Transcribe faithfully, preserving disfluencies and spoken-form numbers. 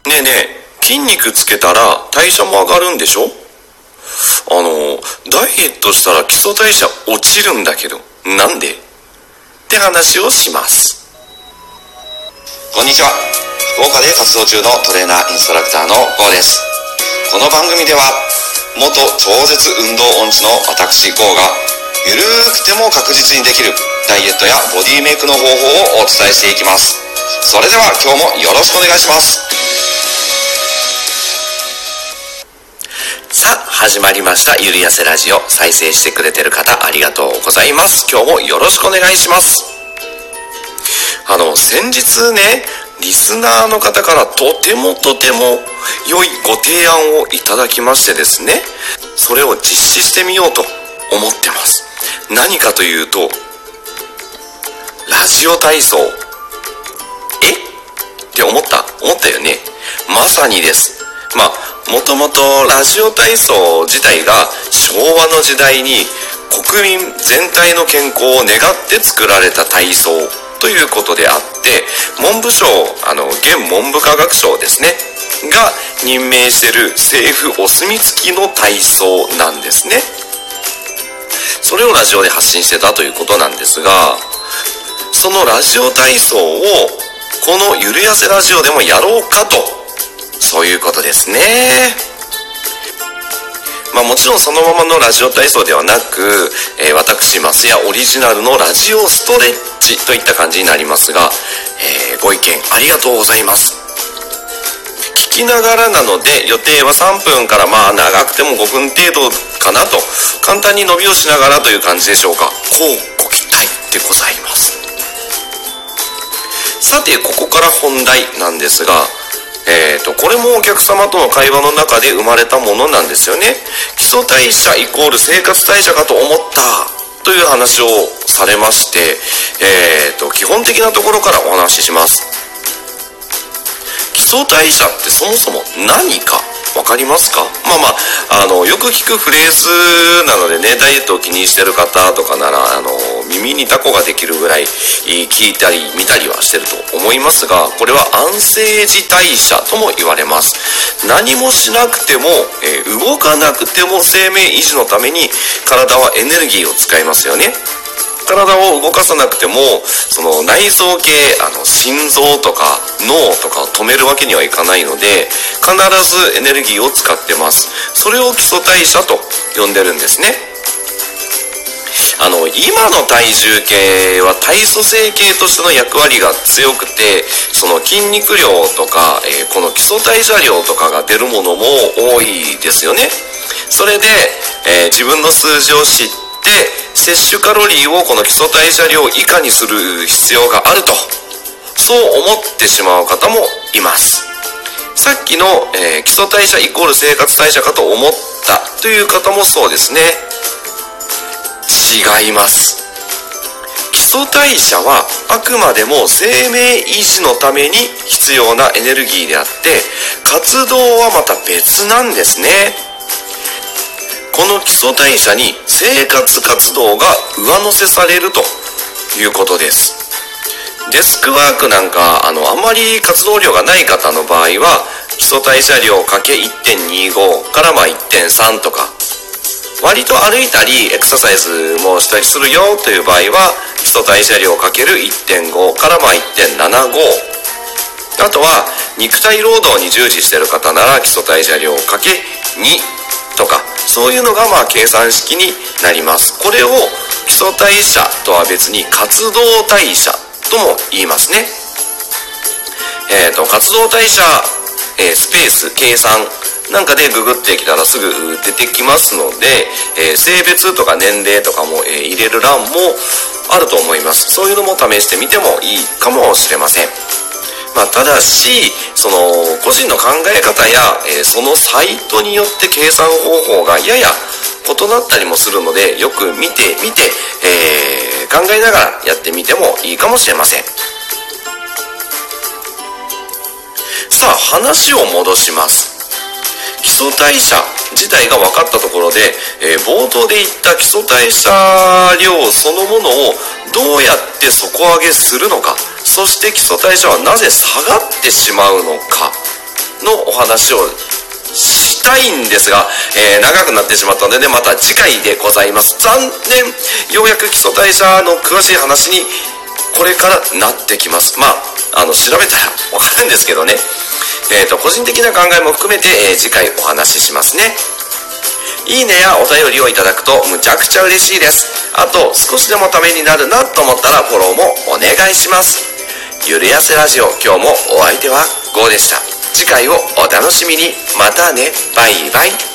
ねえねえ、筋肉つけたら代謝も上がるんでしょ？あのダイエットしたら基礎代謝落ちるんだけど、なんで？って話をします。 こんにちは。福岡で活動中のトレーナーインストラクターのゴーです。この番組では元超絶運動音痴の私ゴーがゆるーくても確実にできるダイエットやボディメイクの方法をお伝えしていきます。それでは今日もよろしくお願いします。 さあ始まりました、ゆるやせラジオ。再生してくれてる方ありがとうございます。今日もよろしくお願いします。あの先日ね、リスナーの方からとてもとても良いご提案をいただきましてですね、それを実施してみようと思ってます。何かというと、ラジオ体操。えって思った思ったよね。まさにです。まあもともとラジオ体操自体が昭和の時代に国民全体の健康を願って作られた体操ということであって、文部省、あの現文部科学省ですねが任命している政府お墨付きの体操なんですね。それをラジオで発信してたということなんですが、そのラジオ体操をこのゆるやせラジオでもやろうかと、そういうことですね。まあもちろんそのままのラジオ体操ではなく、えー、私マスヤオリジナルのラジオストレッチといった感じになりますが、えー、ご意見ありがとうございます。聞きながらなので予定はさんぷんからまあ長くてもごふん程度かなと、簡単に伸びをしながらという感じでしょうか。こうご期待でございます。さてここから本題なんですが、えーと、これもお客様との会話の中で生まれたものなんですよね。基礎代謝イコール生活代謝かと思ったという話をされまして、えーと、基本的なところからお話しします。基礎代謝ってそもそも何かわかりますか？まあまあ、あの、よく聞くフレーズなのでね、ダイエットを気にしてる方とかなら、あの、耳にタコができるぐらい聞いたり見たりはしてると思いますが、これは安静時代謝とも言われます。何もしなくても、えー、動かなくても生命維持のために体はエネルギーを使いますよね。体を動かさなくても、その内臓系、あの心臓とか脳とかを止めるわけにはいかないので、必ずエネルギーを使ってます。それを基礎代謝と呼んでるんですね。あの今の体重計は体組成計としての役割が強くて、その筋肉量とか、えー、この基礎代謝量とかが出るものも多いですよね。それで、えー、自分の数字を知って摂取カロリーをこの基礎代謝量以下にする必要があると、そう思ってしまう方もいます。さっきの、えー、基礎代謝イコール生活代謝かと思ったという方もそうですね。違います。基礎代謝はあくまでも生命維持のために必要なエネルギーであって、活動はまた別なんですね。この基礎代謝に生活活動が上乗せされるということです。デスクワークなんか、あのあまり活動量がない方の場合は基礎代謝量 かけいってんにじゅうご からまあ いってんさん とか、割と歩いたりエクササイズもしたりするよという場合は基礎代謝量 かけるいってんご からまあ いってんななご、 あとは肉体労働に従事している方なら基礎代謝量 かけに とか、そういうのがまあ計算式になります。これを基礎代謝とは別に活動代謝とも言いますね。えーと、活動代謝、えー、スペース計算なんかでググってきたらすぐ出てきますので、えー、性別とか年齢とかも、えー、入れる欄もあると思います。そういうのも試してみてもいいかもしれません。まあ、ただしその個人の考え方や、えー、そのサイトによって計算方法がやや異なったりもするので、よく見てみて、えー、考えながらやってみてもいいかもしれません。さあ話を戻します。基礎代謝自体が分かったところで、えー、冒頭で言った基礎代謝量そのものをどうやって底上げするのか、そして基礎代謝はなぜ下がってしまうのかのお話をしたいんですが、えー、長くなってしまったのでね、また次回でございます。残念、ようやく基礎代謝の詳しい話にこれからなってきます。まあ、あの調べたらわかるんですけどね、えーと個人的な考えも含めて、えー、次回お話ししますね。いいねやお便りをいただくとむちゃくちゃ嬉しいです。あと少しでもためになるなと思ったらフォローもお願いします。ゆるやせラジオ、今日もお相手はゴーでした。次回をお楽しみに。またね、バイバイ。